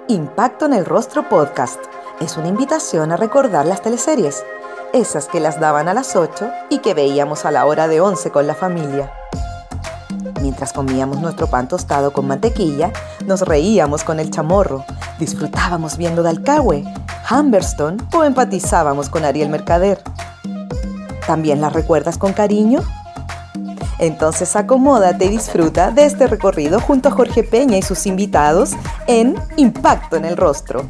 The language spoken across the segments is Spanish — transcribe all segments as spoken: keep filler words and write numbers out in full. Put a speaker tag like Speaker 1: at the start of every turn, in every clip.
Speaker 1: Impacto en el Rostro Podcast es una invitación a recordar las teleseries, esas que las daban a las ocho y que veíamos a la hora de once con la familia. Mientras comíamos nuestro pan tostado con mantequilla, nos reíamos con el chamorro, disfrutábamos viendo Dalcahue, Humberstone o empatizábamos con Ariel Mercader. ¿También las recuerdas con cariño? Entonces acomódate y disfruta de este recorrido junto a Jorge Peña y sus invitados en Impacto en el Rostro.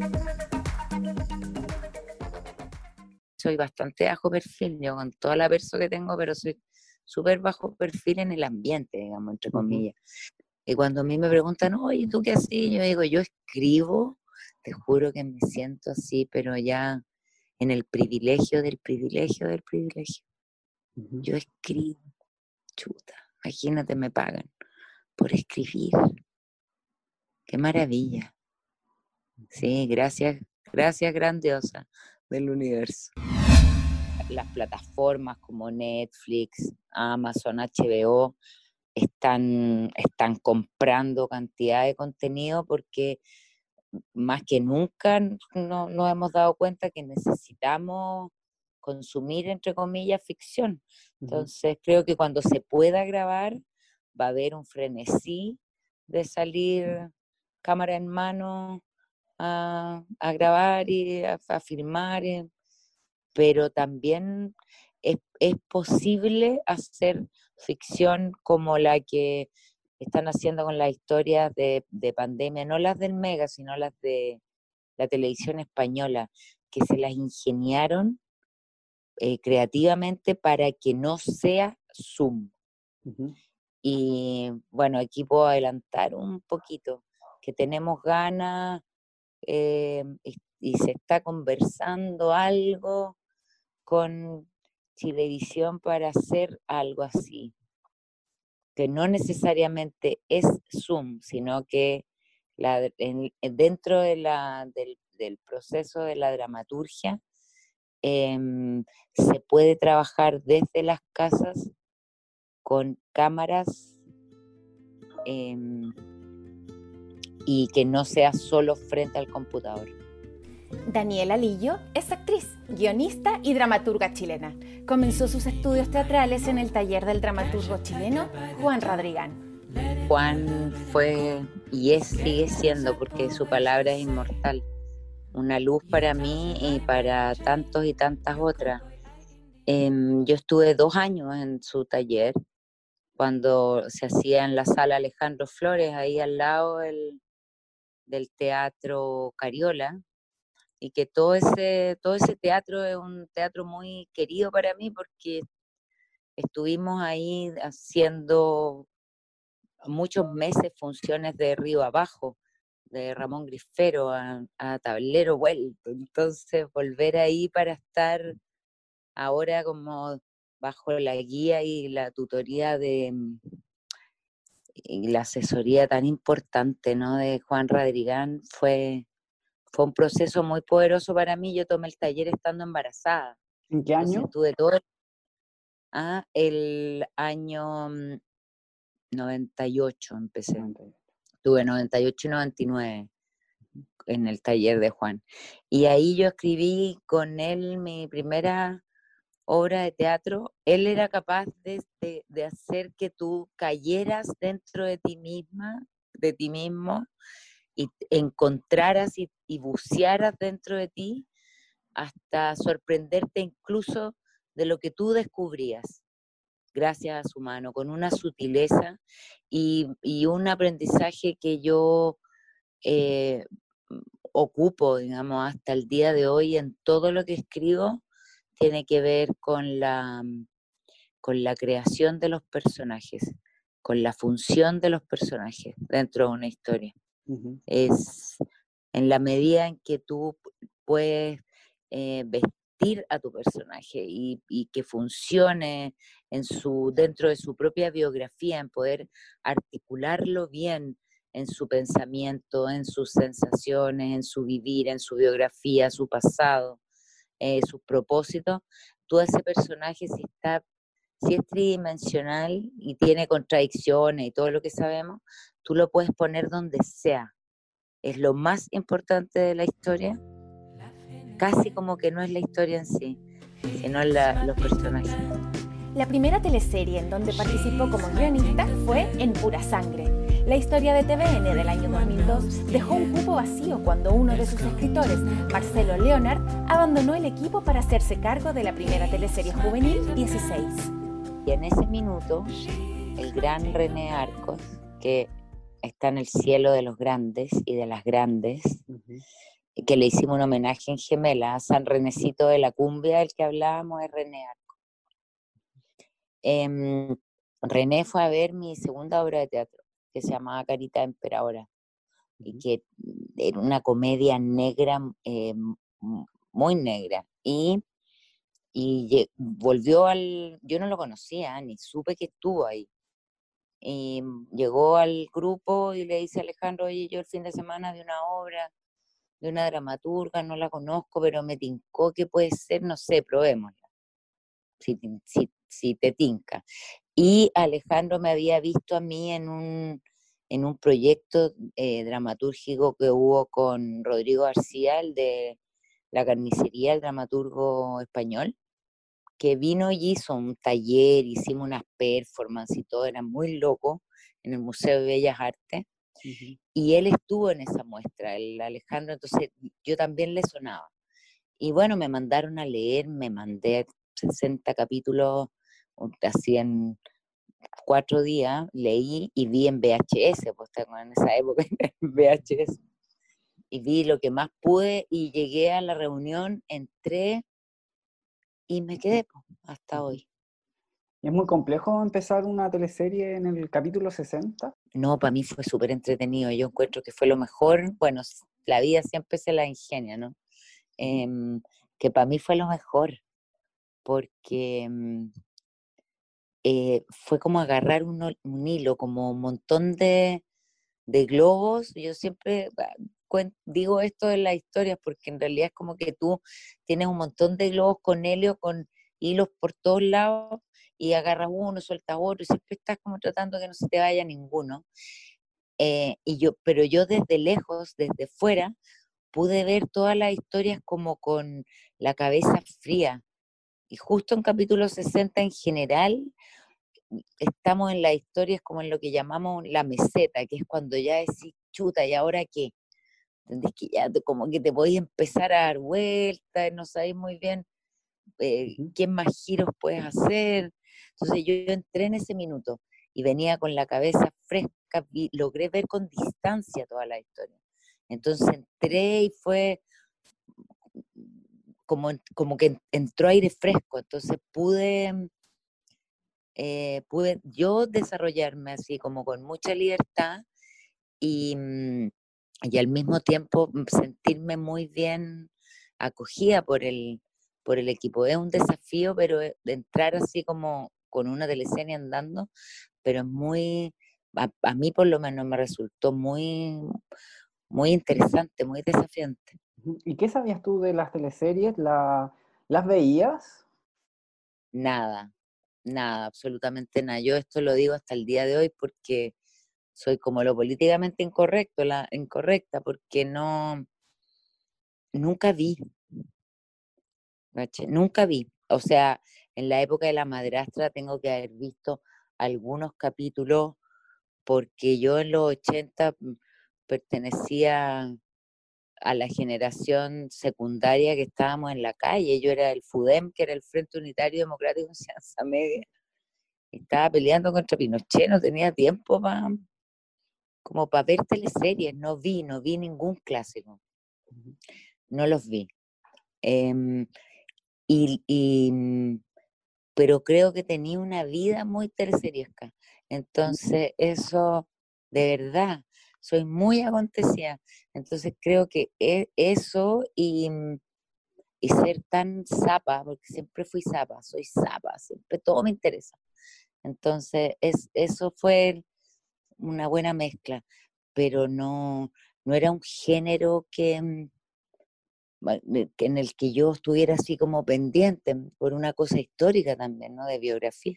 Speaker 2: Soy bastante bajo perfil, yo con toda la perso que tengo, pero soy súper bajo perfil en el ambiente, digamos, entre comillas. Uh-huh. Y cuando a mí me preguntan, oye, ¿tú qué haces? Yo digo, yo escribo, te juro que me siento así, pero ya en el privilegio del privilegio del privilegio. Uh-huh. Yo escribo, chuta, imagínate, me pagan por escribir. Qué maravilla. Sí, gracias, gracias grandiosa del universo. Las plataformas como Netflix, Amazon, H B O están, están comprando cantidad de contenido porque más que nunca no, nos hemos dado cuenta que necesitamos consumir, entre comillas, ficción. Entonces uh-huh. creo que cuando se pueda grabar va a haber un frenesí de salir cámara en mano a, a grabar y a, a filmar, eh, pero también es, es posible hacer ficción como la que están haciendo con las historias de, de pandemia, no las del Mega, sino las de la televisión española, que se las ingeniaron eh, creativamente para que no sea Zoom. Uh-huh. Y bueno, aquí puedo adelantar un poquito, que tenemos ganas eh, y, y se está conversando algo con Chilevisión para hacer algo así, que no necesariamente es Zoom, sino que la, en, dentro de la, del, del proceso de la dramaturgia eh, se puede trabajar desde las casas con cámaras eh, y que no sea solo frente al computador.
Speaker 3: Daniela Lillo es actriz, guionista y dramaturga chilena. Comenzó sus estudios teatrales en el taller del dramaturgo chileno Juan Radrigán.
Speaker 2: Juan fue y es, sigue siendo, porque su palabra es inmortal, una luz para mí y para tantos y tantas otras. Eh, yo estuve dos años en su taller cuando se hacía en la sala Alejandro Flores, ahí al lado del, del Teatro Cariola. Y que todo ese, todo ese teatro es un teatro muy querido para mí porque estuvimos ahí haciendo muchos meses funciones de Río Abajo, de Ramón Grifero a, a Tablero Vuelto. Entonces volver ahí para estar ahora como bajo la guía y la tutoría de y la asesoría tan importante, ¿no?, de Juan Radrigán fue... Fue un proceso muy poderoso para mí. Yo tomé el taller estando embarazada.
Speaker 4: ¿En qué año?
Speaker 2: Entonces, tuve todo el, ah, el año noventa y ocho empecé. noventa y ocho. Tuve noventa y ocho y noventa y nueve en el taller de Juan. Y ahí yo escribí con él mi primera obra de teatro. Él era capaz de, de, de hacer que tú cayeras dentro de ti misma, de ti mismo, y encontraras y, y bucearas dentro de ti hasta sorprenderte incluso de lo que tú descubrías, gracias a su mano, con una sutileza y, y un aprendizaje que yo eh, ocupo, digamos, hasta el día de hoy en todo lo que escribo, tiene que ver con la, con la creación de los personajes, con la función de los personajes dentro de una historia. Uh-huh. Es en la medida en que tú puedes eh, vestir a tu personaje y, y que funcione en su, dentro de su propia biografía, en poder articularlo bien en su pensamiento, en sus sensaciones, en su vivir, en su biografía, su pasado, eh, sus propósitos. Tú ese personaje, si está, si es tridimensional y tiene contradicciones y todo lo que sabemos, tú lo puedes poner donde sea. es lo más importante de la historia, casi como que no es la historia en sí, sino la, los personajes.
Speaker 3: La primera teleserie en donde participó como guionista fue En Pura Sangre. La historia de T V N del año dos mil dos dejó un cupo vacío cuando uno de sus escritores, Marcelo Leonard, abandonó el equipo para hacerse cargo de la primera teleserie juvenil dieciséis.
Speaker 2: Y en ese minuto, el gran René Arcos, que está en el cielo de los grandes y de las grandes, uh-huh. que le hicimos un homenaje en Gemela, a San Renecito de la cumbia, del que hablábamos, es René Arcos. Eh, René fue a ver mi segunda obra de teatro, que se llamaba Carita de Emperadora, uh-huh. y que era una comedia negra, eh, muy negra, y, y volvió al... Yo no lo conocía, ni supe que estuvo ahí, y llegó al grupo y le dice a Alejandro, oye, yo el fin de semana vi una obra de una dramaturga, no la conozco, pero me tincó que puede ser, no sé, probémosla, si, si, si te tinca. Y Alejandro me había visto a mí en un, en un proyecto eh, dramatúrgico que hubo con Rodrigo García, el de La Carnicería, el dramaturgo español, que vino y hizo un taller, hicimos unas performances y todo, era muy loco, en el Museo de Bellas Artes, uh-huh. y él estuvo en esa muestra, el Alejandro, entonces yo también le sonaba. Y bueno, me mandaron a leer, me mandé sesenta capítulos, así en cuatro días, leí y vi en V H S, pues en esa época en V H S, y vi lo que más pude y llegué a la reunión, entré y me quedé pues, hasta hoy.
Speaker 4: ¿Es muy complejo empezar una teleserie en el capítulo sesenta?
Speaker 2: No, para mí fue súper entretenido, yo encuentro que fue lo mejor, bueno, la vida siempre se la ingenia, ¿no? Eh, que para mí fue lo mejor, porque eh, fue como agarrar un, un hilo, como un montón de, de globos. Yo siempre cuen, digo esto en las historias porque en realidad es como que tú tienes un montón de globos con helio, con hilos por todos lados, y agarras uno, sueltas otro, y siempre estás como tratando de que no se te vaya ninguno. Eh, y yo, pero yo desde lejos, desde fuera, pude ver todas las historias como con la cabeza fría. Y justo en capítulo sesenta en general, estamos en las historias como en lo que llamamos la meseta, que es cuando ya decís, chuta, ¿y ahora qué? ¿Entendés? Que ya te, como que te podéis empezar a dar vueltas, no sabéis muy bien eh, qué más giros puedes hacer. Entonces yo, yo entré en ese minuto y venía con la cabeza fresca, y logré ver con distancia toda la historia. Entonces entré y fue como, como que entró aire fresco, entonces pude, eh, pude yo desarrollarme así como con mucha libertad y, y al mismo tiempo sentirme muy bien acogida por el, por el equipo. Es un desafío, pero de entrar así como con una teleserie andando, pero es muy, a, a mí por lo menos me resultó muy, muy interesante, muy desafiante.
Speaker 4: ¿Y qué sabías tú de las teleseries? ¿La, ¿Las veías?
Speaker 2: Nada, nada, absolutamente nada. Yo esto lo digo hasta el día de hoy porque soy como lo políticamente incorrecto, la incorrecta, porque no, nunca vi, ¿caché? Nunca vi. O sea, en la época de La Madrastra tengo que haber visto algunos capítulos porque yo en los ochenta pertenecía a la generación secundaria que estábamos en la calle. Yo era el FUDEM, que era el Frente Unitario Democrático de Enseñanza Media. Estaba peleando contra Pinochet, no tenía tiempo para como para ver teleseries, no vi, no vi ningún clásico. No los vi. Eh, y, y, pero creo que tenía una vida muy teleseriesca. Entonces, eso, de verdad, soy muy acontecida. Entonces, creo que eso y, y ser tan zapa, porque siempre fui zapa, soy zapa, siempre todo me interesa. Entonces, es, eso fue una buena mezcla, pero no, no era un género que, en el que yo estuviera así como pendiente por una cosa histórica también, ¿no? De biografía.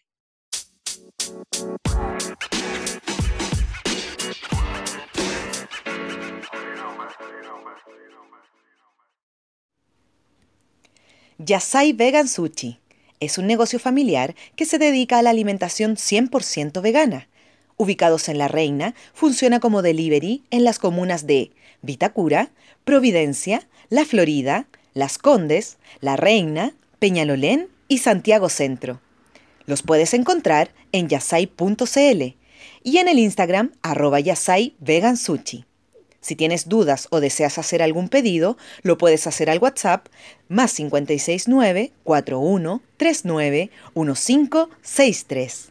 Speaker 1: Yasai Vegan Sushi es un negocio familiar que se dedica a la alimentación cien por ciento vegana. Ubicados en La Reina, funciona como delivery en las comunas de Vitacura, Providencia, La Florida, Las Condes, La Reina, Peñalolén y Santiago Centro. Los puedes encontrar en yasai punto cl y en el Instagram arroba yasai vegan sushi. Si tienes dudas o deseas hacer algún pedido, lo puedes hacer al WhatsApp más cinco seis nueve, cuatro uno tres nueve, uno cinco seis tres.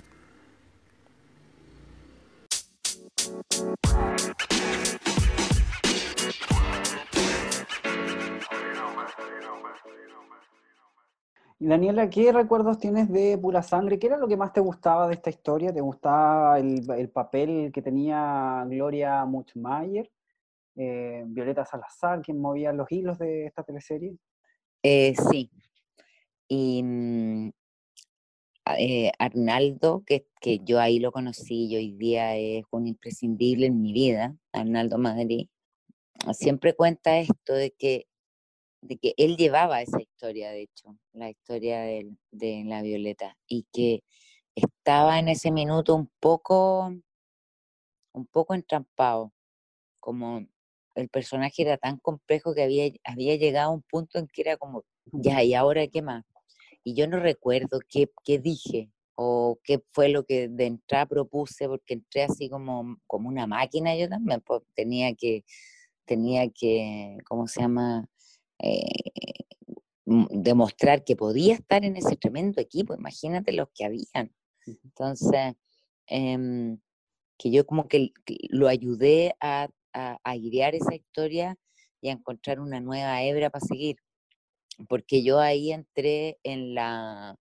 Speaker 4: Y Daniela, ¿qué recuerdos tienes de Pura Sangre? ¿Qué era lo que más te gustaba de esta historia? ¿Te gustaba el, el papel que tenía Gloria Muchmayer, eh, Violeta Salazar, quien movía los hilos de esta teleserie?
Speaker 2: Eh, sí, y mm, eh, Arnaldo, que, que yo ahí lo conocí y hoy día es un imprescindible en mi vida, Arnaldo Madrid, siempre cuenta esto de que, de que él llevaba esa historia, de hecho, la historia de, de la Violeta, y que estaba en ese minuto un poco, un poco entrampado, como el personaje era tan complejo que había, había llegado a un punto en que era como, ya, ¿y ahora qué más? Y yo no recuerdo qué, qué dije o qué fue lo que de entrada propuse, porque entré así como, como una máquina yo también, pues tenía que, tenía que, ¿cómo se llama? Eh, demostrar que podía estar en ese tremendo equipo, imagínate los que habían. Entonces, eh, que yo como que lo ayudé a, a, a idear esa historia y a encontrar una nueva hebra para seguir, porque yo ahí entré en la,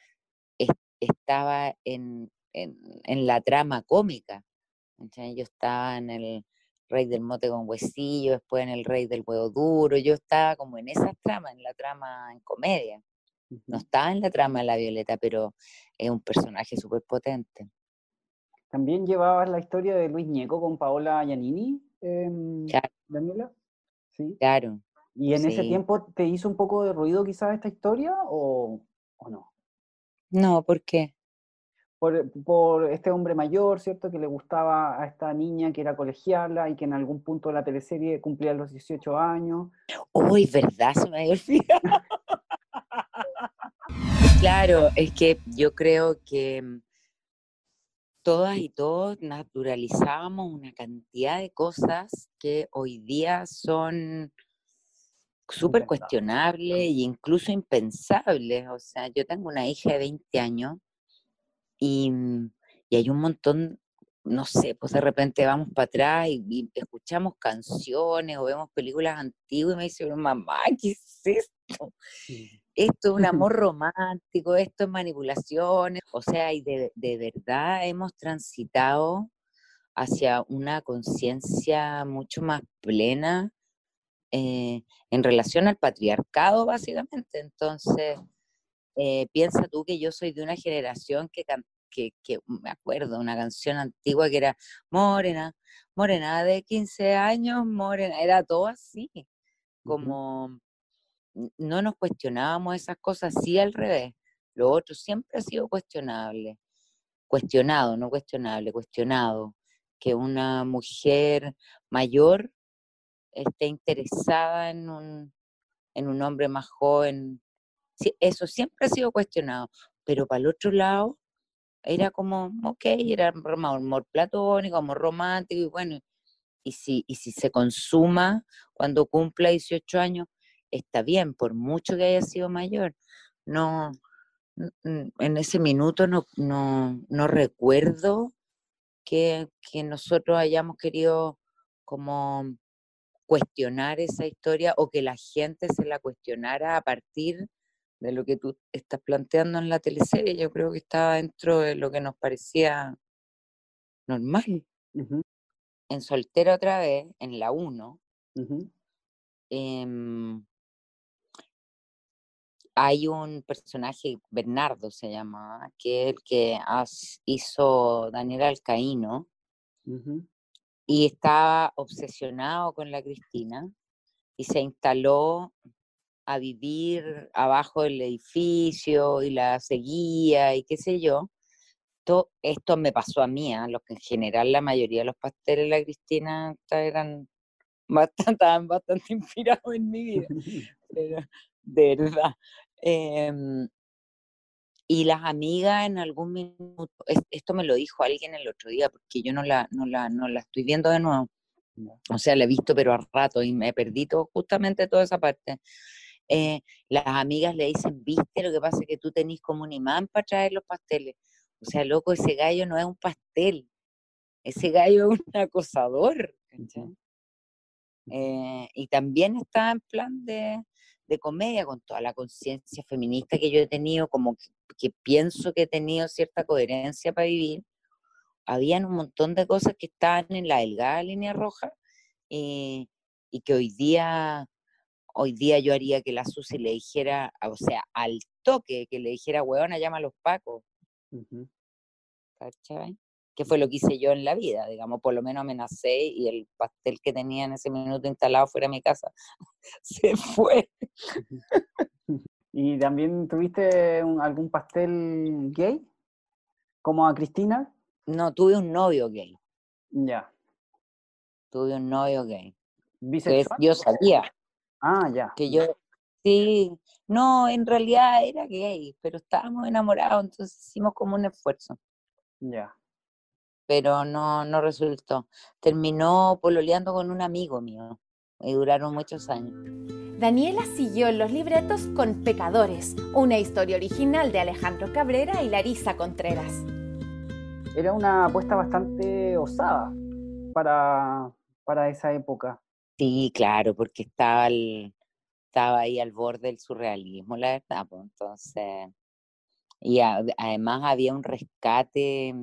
Speaker 2: estaba en, en, en la trama cómica, ¿entendés? Yo estaba en el Rey del Mote con Huesillo, después en el Rey del Huevo Duro, yo estaba como en esas tramas, en la trama en comedia, no estaba en la trama de la Violeta, pero es un personaje súper potente.
Speaker 4: ¿También llevabas la historia de Luis Ñeco con Paola Giannini, eh,
Speaker 2: Claro,
Speaker 4: Daniela? Sí.
Speaker 2: claro.
Speaker 4: ¿Y en
Speaker 2: Sí.
Speaker 4: ese tiempo te hizo un poco de ruido quizás esta historia o, o no?
Speaker 2: No, ¿por qué?
Speaker 4: Por, por este hombre mayor, ¿cierto? Que le gustaba a esta niña que era colegiala y que en algún punto de la teleserie cumplía los dieciocho años.
Speaker 2: Uy, ¿verdad? Se me había olvidado. Claro, es que yo creo que todas y todos naturalizábamos una cantidad de cosas que hoy día son súper cuestionables e incluso impensables. O sea, yo tengo una hija de veinte años y, y hay un montón, no sé, pues de repente vamos para atrás y, y escuchamos canciones o vemos películas antiguas y me dice, mamá, ¿qué es esto? Esto es un amor romántico, esto es manipulación, o sea, y de, de verdad hemos transitado hacia una conciencia mucho más plena eh, en relación al patriarcado, básicamente. Entonces, eh, piensa tú que yo soy de una generación que, que, que me acuerdo, una canción antigua que era Morena, Morena de quince años, Morena, era todo así, como... Uh-huh. No nos cuestionábamos esas cosas, sí al revés. Lo otro siempre ha sido cuestionable. Cuestionado, no cuestionable, cuestionado. Que una mujer mayor esté interesada en un, en un hombre más joven. Sí, eso siempre ha sido cuestionado. Pero para el otro lado, era como, ok, era amor platónico, amor romántico, y bueno, y si, y si se consuma cuando cumpla dieciocho años, está bien, por mucho que haya sido mayor. No, en ese minuto no, no, no recuerdo que, que nosotros hayamos querido como cuestionar esa historia o que la gente se la cuestionara a partir de lo que tú estás planteando en la teleserie. Yo creo que estaba dentro de lo que nos parecía normal. Uh-huh. En Soltera otra vez, en la uno, uh-huh. eh, hay un personaje, Bernardo se llama, que es el que has, hizo Daniel Alcaíno, uh-huh. y estaba obsesionado con la Cristina y se instaló a vivir abajo del edificio y la seguía y qué sé yo. Esto, esto me pasó a mí, ¿eh? Lo que en general la mayoría de los pasteles de la Cristina eran bastante, estaban bastante inspirados en mi vida, pero, de verdad. Eh, y las amigas en algún minuto, esto me lo dijo alguien el otro día, porque yo no la, no la, no la estoy viendo de nuevo. O sea, la he visto pero a rato y me perdí todo, justamente toda esa parte. Eh, las amigas le dicen, viste, lo que pasa es que tú tenés como un imán para traer los pasteles. O sea, loco, ese gallo no es un pastel, ese gallo es un acosador. ¿Cachai? Eh, y también está en plan de, de comedia, con toda la conciencia feminista que yo he tenido, como que, que pienso que he tenido cierta coherencia para vivir. Habían un montón de cosas que estaban en la delgada línea roja, eh, y que hoy día, hoy día yo haría que la Susi le dijera, o sea, al toque, que le dijera, huevona, llama a los pacos. Uh-huh. ¿Cachai? Que fue lo que hice yo en la vida, digamos, por lo menos amenacé y el pastel que tenía en ese minuto instalado fuera de mi casa se fue.
Speaker 4: ¿Y también tuviste un, algún pastel gay? ¿Como a Cristina?
Speaker 2: No, tuve un novio gay.
Speaker 4: Ya.
Speaker 2: Tuve un novio gay.
Speaker 4: ¿Bisexual?
Speaker 2: Que yo sabía.
Speaker 4: Ah, ya.
Speaker 2: Que yo, sí, no, en realidad era gay, pero estábamos enamorados, entonces hicimos como un esfuerzo.
Speaker 4: Ya.
Speaker 2: Pero no, no resultó. Terminó pololeando con un amigo mío y duraron muchos años.
Speaker 3: Daniela siguió en los libretos con Pecadores, una historia original de Alejandro Cabrera y Larisa Contreras.
Speaker 4: Era una apuesta bastante osada para, para esa época.
Speaker 2: Sí, claro, porque estaba, el, estaba ahí al borde del surrealismo, la verdad. Pues, entonces, y a, además había un rescate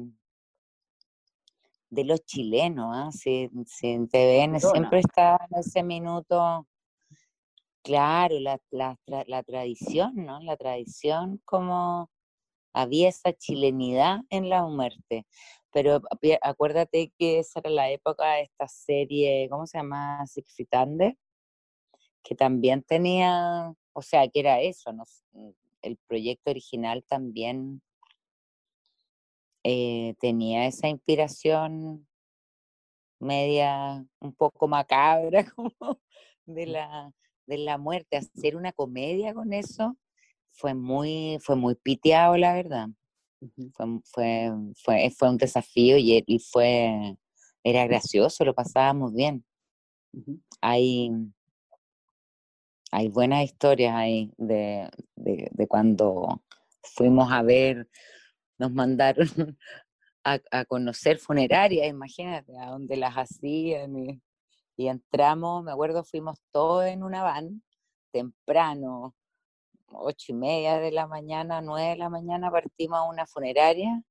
Speaker 2: de los chilenos, ¿eh? Sí, sí, en T V N siempre estaba en ese minuto, claro, la, la, la tradición, ¿no? La tradición, como había esa chilenidad en la muerte. Pero acuérdate que esa era la época de esta serie, ¿cómo se llama? Six Feet Under, que también tenía, o sea, que era eso, ¿no? El proyecto original también eh, tenía esa inspiración media un poco macabra como de la, de la muerte. Hacer una comedia con eso fue muy, fue muy piteado, la verdad. Uh-huh. Fue, fue, fue, fue un desafío y, y fue, era gracioso, lo pasábamos bien. Uh-huh. Hay, hay buenas historias ahí de, de, de cuando fuimos a ver, nos mandaron a, a conocer funerarias, imagínate, a donde las hacían y, y entramos, me acuerdo, fuimos todos en una van, temprano, ocho y media de la mañana, nueve de la mañana, partimos a una funeraria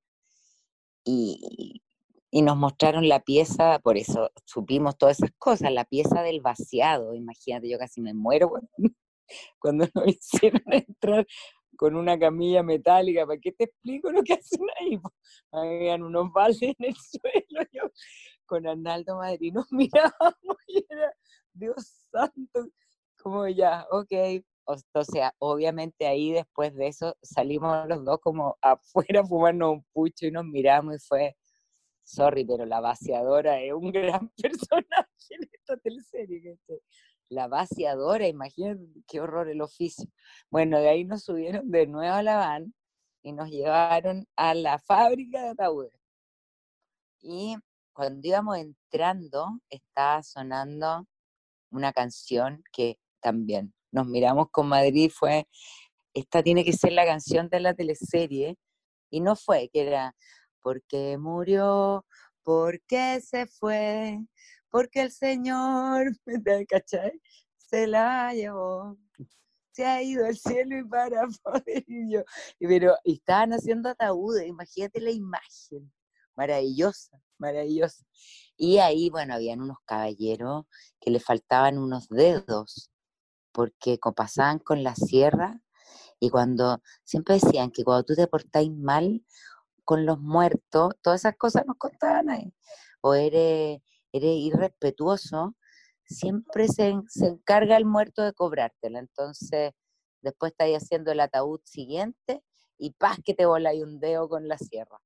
Speaker 2: y, y nos mostraron la pieza, por eso supimos todas esas cosas, la pieza del vaciado, imagínate, yo casi me muero cuando, cuando nos hicieron entrar con una camilla metálica. ¿Para qué te explico lo que hacen ahí? Habían unos baldes en el suelo, yo con Arnaldo Madrid nos mirábamos y era, Dios santo, como ya, ok. O sea, obviamente ahí después de eso salimos los dos como afuera a fumarnos un pucho y nos miramos y fue, sorry, pero la vaciadora es un gran personaje en esta teleserie. La vaciadora, imagínate qué horror el oficio. Bueno, de ahí nos subieron de nuevo a la van y nos llevaron a la fábrica de ataúdes. Y cuando íbamos entrando, estaba sonando una canción que también nos miramos con Madrid, fue, esta tiene que ser la canción de la teleserie, y no fue, que era, porque murió, porque se fue, porque el Señor, ¿cachai? Se la llevó, se ha ido al cielo y para poder ir yo. Pero estaban haciendo ataúdes, imagínate la imagen, maravillosa, maravillosa. Y ahí, bueno, habían unos caballeros que le faltaban unos dedos, porque pasaban con la sierra, y cuando, siempre decían que cuando tú te portáis mal con los muertos, todas esas cosas nos contaban ahí, o eres, eres irrespetuoso, siempre se, se encarga el muerto de cobrártela. Entonces, después estáis haciendo el ataúd siguiente y paz que te voláis un dedo con la sierra.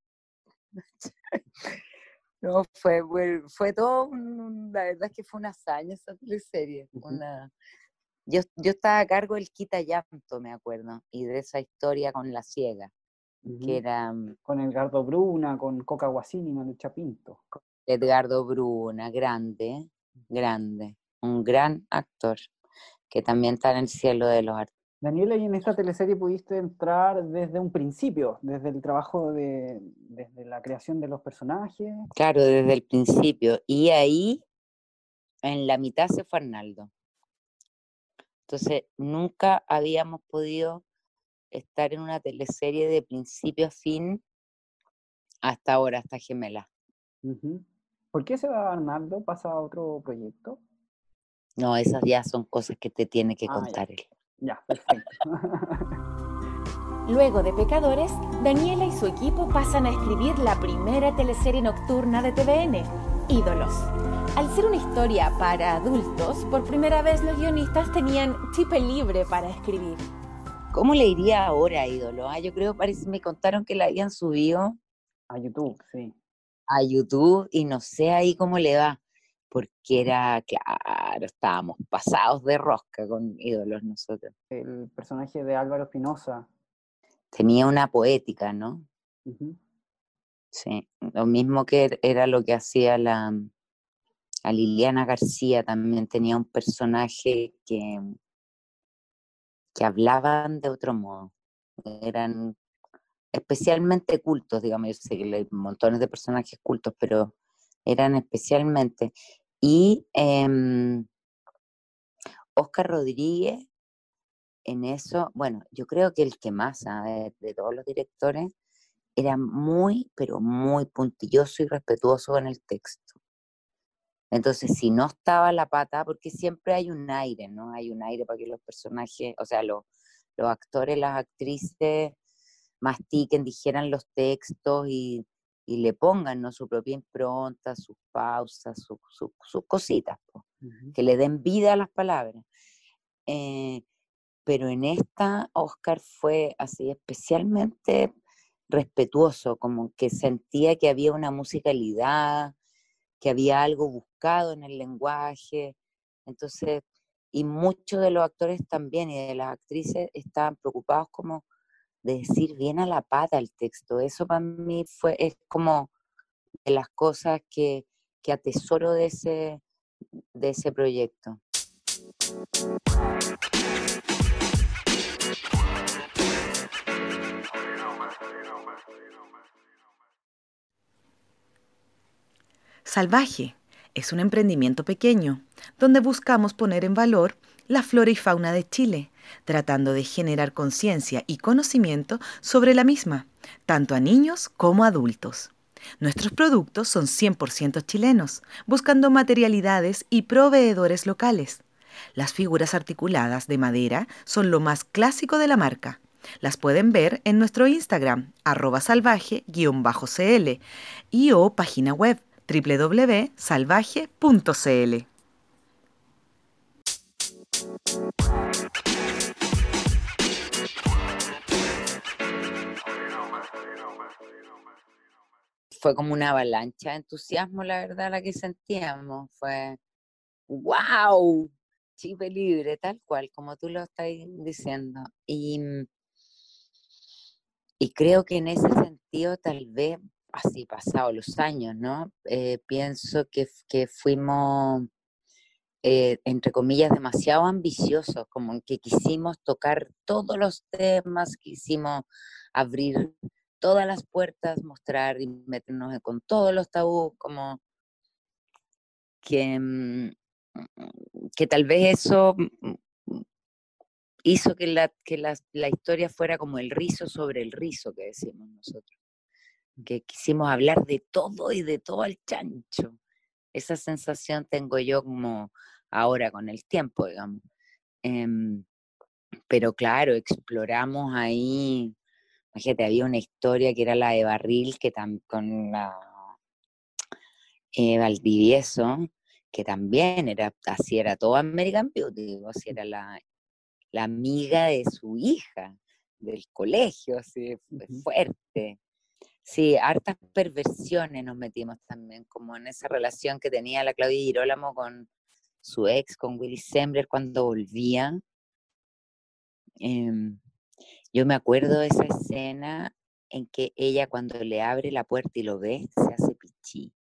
Speaker 2: No, fue, fue, fue todo, un, la verdad es que fue una hazaña esa teleserie.
Speaker 4: Ujú.
Speaker 2: Una, yo, yo estaba a cargo del Quita Llanto, me acuerdo, y de esa historia con la ciega,
Speaker 4: Ujú.
Speaker 2: que era
Speaker 4: Con Edgardo Bruna, con Coca Guasini, Manucha Pinto.
Speaker 2: Edgardo Bruna, grande, grande, un gran actor, que también está en el cielo de los artistas.
Speaker 4: Daniela, y en esta teleserie pudiste entrar desde un principio, desde el trabajo de, desde la creación de los personajes.
Speaker 2: Claro, desde el principio. Y ahí, en la mitad se fue Arnaldo. Entonces, nunca habíamos podido estar en una teleserie de principio a fin hasta ahora, hasta Gemela.
Speaker 4: Ujú. ¿Por qué se va Arnaldo? ¿Pasa a otro proyecto?
Speaker 2: No, esas ya son cosas que te tiene que
Speaker 4: Ah,
Speaker 2: contar
Speaker 4: ya.
Speaker 2: él.
Speaker 4: Ya, perfecto.
Speaker 3: Luego de Pecadores, Daniela y su equipo pasan a escribir la primera teleserie nocturna de T V N, Ídolos. Al ser una historia para adultos, por primera vez los guionistas tenían chip libre para escribir.
Speaker 2: ¿Cómo le iría ahora a Ídolo? Ah, yo creo, parece, me contaron que la habían subido
Speaker 4: A YouTube, sí.
Speaker 2: a YouTube y no sé ahí cómo le va, porque era, claro, estábamos pasados de rosca con Ídolos nosotros.
Speaker 4: El personaje de Álvaro Espinosa.
Speaker 2: Tenía una poética, ¿no?
Speaker 4: Ujú.
Speaker 2: Sí, lo mismo que era lo que hacía la a Liliana García, también tenía un personaje que, que hablaban de otro modo, eran especialmente cultos, digamos, yo sé que hay montones de personajes cultos, pero eran especialmente, y eh, Óscar Rodríguez en eso, bueno, yo creo que el que más sabe de todos los directores era muy, pero muy puntilloso y respetuoso en el texto. Entonces, si no estaba la pata, porque siempre hay un aire, ¿no? Hay un aire para que los personajes, o sea, los, los actores, las actrices mastiquen, dijeran los textos y, y le pongan, ¿no? Su propia impronta, sus pausas, sus su, su cositas, po,
Speaker 4: Uh-huh.
Speaker 2: que le den vida a las palabras. Eh, pero en esta, Oscar fue así especialmente respetuoso, como que sentía que había una musicalidad, que había algo buscado en el lenguaje. Entonces, y muchos de los actores también y de las actrices estaban preocupados como de decir bien a la pata el texto. Eso para mí fue, es como de las cosas que, que atesoro de ese, de ese proyecto.
Speaker 1: Salvaje es un emprendimiento pequeño donde buscamos poner en valor la flora y fauna de Chile, tratando de generar conciencia y conocimiento sobre la misma, tanto a niños como a adultos. Nuestros productos son cien por ciento chilenos, buscando materialidades y proveedores locales. Las figuras articuladas de madera son lo más clásico de la marca. Las pueden ver en nuestro Instagram, arroba salvaje guión bajo cl, y o página web doble u doble u doble u punto salvaje punto cl.
Speaker 2: Fue como una avalancha de entusiasmo, la verdad, la que sentíamos. Fue, wow, chip libre, tal cual, como tú lo estás diciendo. Y, y creo que en ese sentido, tal vez, así pasados los años, ¿no? Eh, pienso que, que fuimos, eh, entre comillas, demasiado ambiciosos, como que quisimos tocar todos los temas, quisimos abrir todas las puertas, mostrar y meternos con todos los tabús, como que, que tal vez eso hizo que, la, que la, la historia fuera como el rizo sobre el rizo que decimos nosotros, que quisimos hablar de todo y de todo al chancho. Esa sensación tengo yo como ahora con el tiempo, digamos. Eh, pero claro, exploramos ahí, imagínate, había una historia que era la de Barril, que tam, con la eh, Valdivieso, que también era, así era todo American Beauty, así era la, la amiga de su hija, del colegio, así,
Speaker 4: Ujú.
Speaker 2: fuerte. Sí, hartas perversiones nos metimos también, como en esa relación que tenía la Claudia Girolamo con su ex, con Willy Sembler, cuando volvían. Eh, yo me acuerdo de esa escena en que ella, cuando le abre la puerta y lo ve, se hace pichí.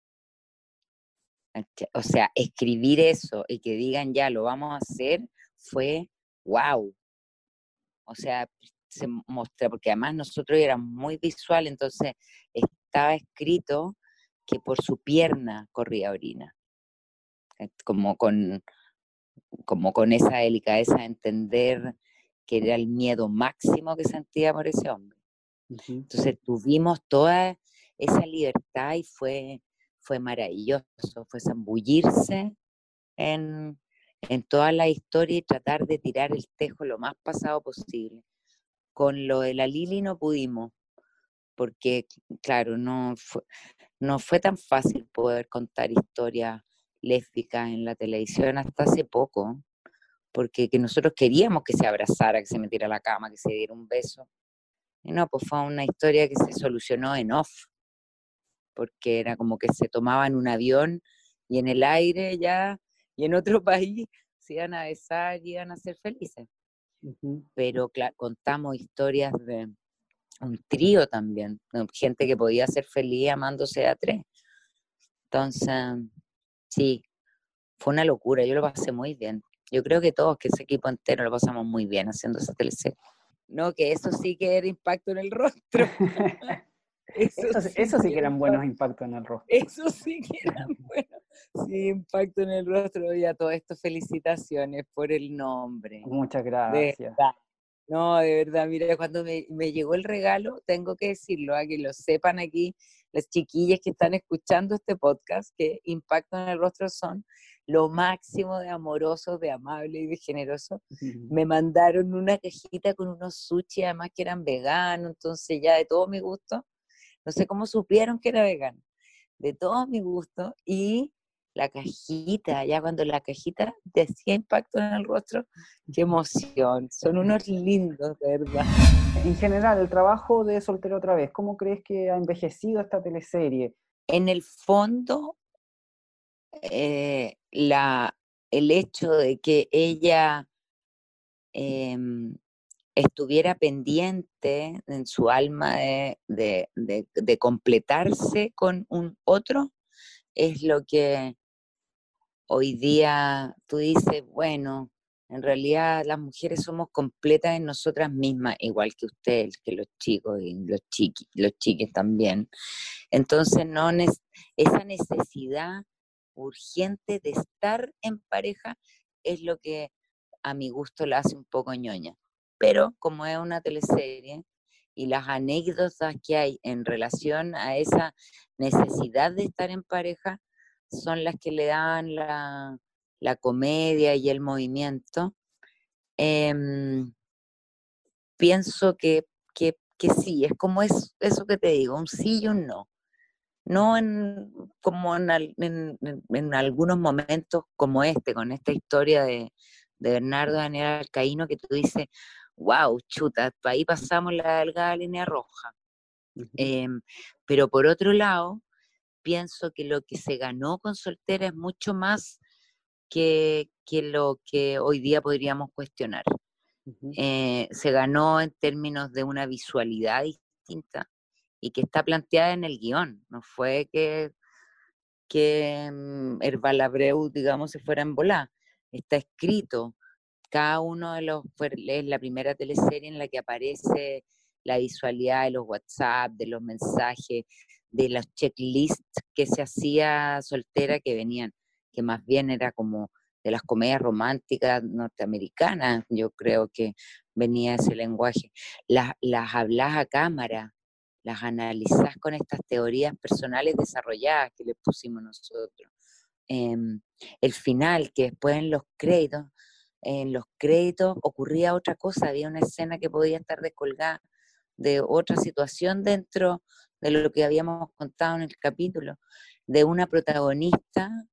Speaker 2: O sea, escribir eso y que digan ya, lo vamos a hacer, fue wow. O sea, se muestra, porque además nosotros éramos muy visual, entonces estaba escrito que por su pierna corría orina, como con, como con esa delicadeza de entender que era el miedo máximo que sentía por ese hombre.
Speaker 4: Ujú.
Speaker 2: Entonces tuvimos toda esa libertad y fue, fue maravilloso, fue zambullirse en, en toda la historia y tratar de tirar el tejo lo más pasado posible. Con lo de la Lili no pudimos, porque claro, no fue, no fue tan fácil poder contar historias lésbicas en la televisión hasta hace poco, porque que nosotros queríamos que se abrazara, que se metiera a la cama, que se diera un beso. Y no, pues fue una historia que se solucionó en off, porque era como que se tomaban un avión y en el aire ya, y en otro país se iban a besar y iban a ser felices.
Speaker 4: Ujú.
Speaker 2: Pero claro, contamos historias de un trío también, gente que podía ser feliz amándose a tres. Entonces, sí, fue una locura, yo lo pasé muy bien. Yo creo que todos, que ese equipo entero lo pasamos muy bien haciendo esa teleserie. No, que eso sí que era impacto en el rostro. Eso,
Speaker 4: Eso,
Speaker 2: sí
Speaker 4: eso sí
Speaker 2: que
Speaker 4: que
Speaker 2: era
Speaker 4: eran buenos
Speaker 2: impacto.
Speaker 4: impactos en el rostro.
Speaker 2: Eso sí que eran buenos. Sí, impacto en el rostro. Y a todo esto, felicitaciones por el nombre.
Speaker 4: Muchas
Speaker 2: De
Speaker 4: gracias.
Speaker 2: verdad. No, de verdad, mira, cuando me, me llegó el regalo, tengo que decirlo, a que lo sepan aquí las chiquillas que están escuchando este podcast, que Impacto en el Rostro son lo máximo de amorosos, de amables y de generosos.
Speaker 4: Ujú.
Speaker 2: Me mandaron una cajita con unos sushi, además que eran veganos, entonces ya de todo mi gusto, no sé cómo supieron que era vegano, de todo mi gusto, y la cajita, ya cuando la cajita decía Impacto en el Rostro, qué emoción, son unos lindos, de verdad.
Speaker 4: En general, el trabajo de Soltero otra vez, ¿cómo crees que ha envejecido esta teleserie?
Speaker 2: En el fondo, eh, la, el hecho de que ella eh, estuviera pendiente en su alma de, de, de, de completarse con un otro, es lo que hoy día tú dices, bueno, en realidad las mujeres somos completas en nosotras mismas, igual que ustedes, que los chicos y los chiquis, los chiques también. Entonces, no esa necesidad urgente de estar en pareja es lo que a mi gusto la hace un poco ñoña. Pero como es una teleserie y las anécdotas que hay en relación a esa necesidad de estar en pareja son las que le dan la, la comedia y el movimiento, eh, pienso que, que, que sí, es como es, eso que te digo, un sí y un no. No en, como en, en, en algunos momentos como este, con esta historia de, de Bernardo Daniel Alcaíno, que tú dices, wow, chuta, ahí pasamos la delgada línea roja.
Speaker 4: Ujú.
Speaker 2: Eh, pero por otro lado, pienso que lo que se ganó con Soltera es mucho más que, que lo que hoy día podríamos cuestionar.
Speaker 4: Ujú.
Speaker 2: Eh, se ganó en términos de una visualidad distinta y que está planteada en el guión. No fue que, que um, Herbal Abreu, digamos, se fuera en volar. Está escrito. Cada uno de los, fue, es la primera teleserie en la que aparece la visualidad de los WhatsApp, de los mensajes, de los checklists que se hacía Soltera, que venían, que más bien era como de las comedias románticas norteamericanas, yo creo que venía ese lenguaje. Las, las hablas a cámara, las analizás con estas teorías personales desarrolladas que le pusimos nosotros. Eh, el final, que después en los créditos, en los créditos ocurría otra cosa, había una escena que podía estar descolgada de otra situación dentro de lo que habíamos contado en el capítulo, de una protagonista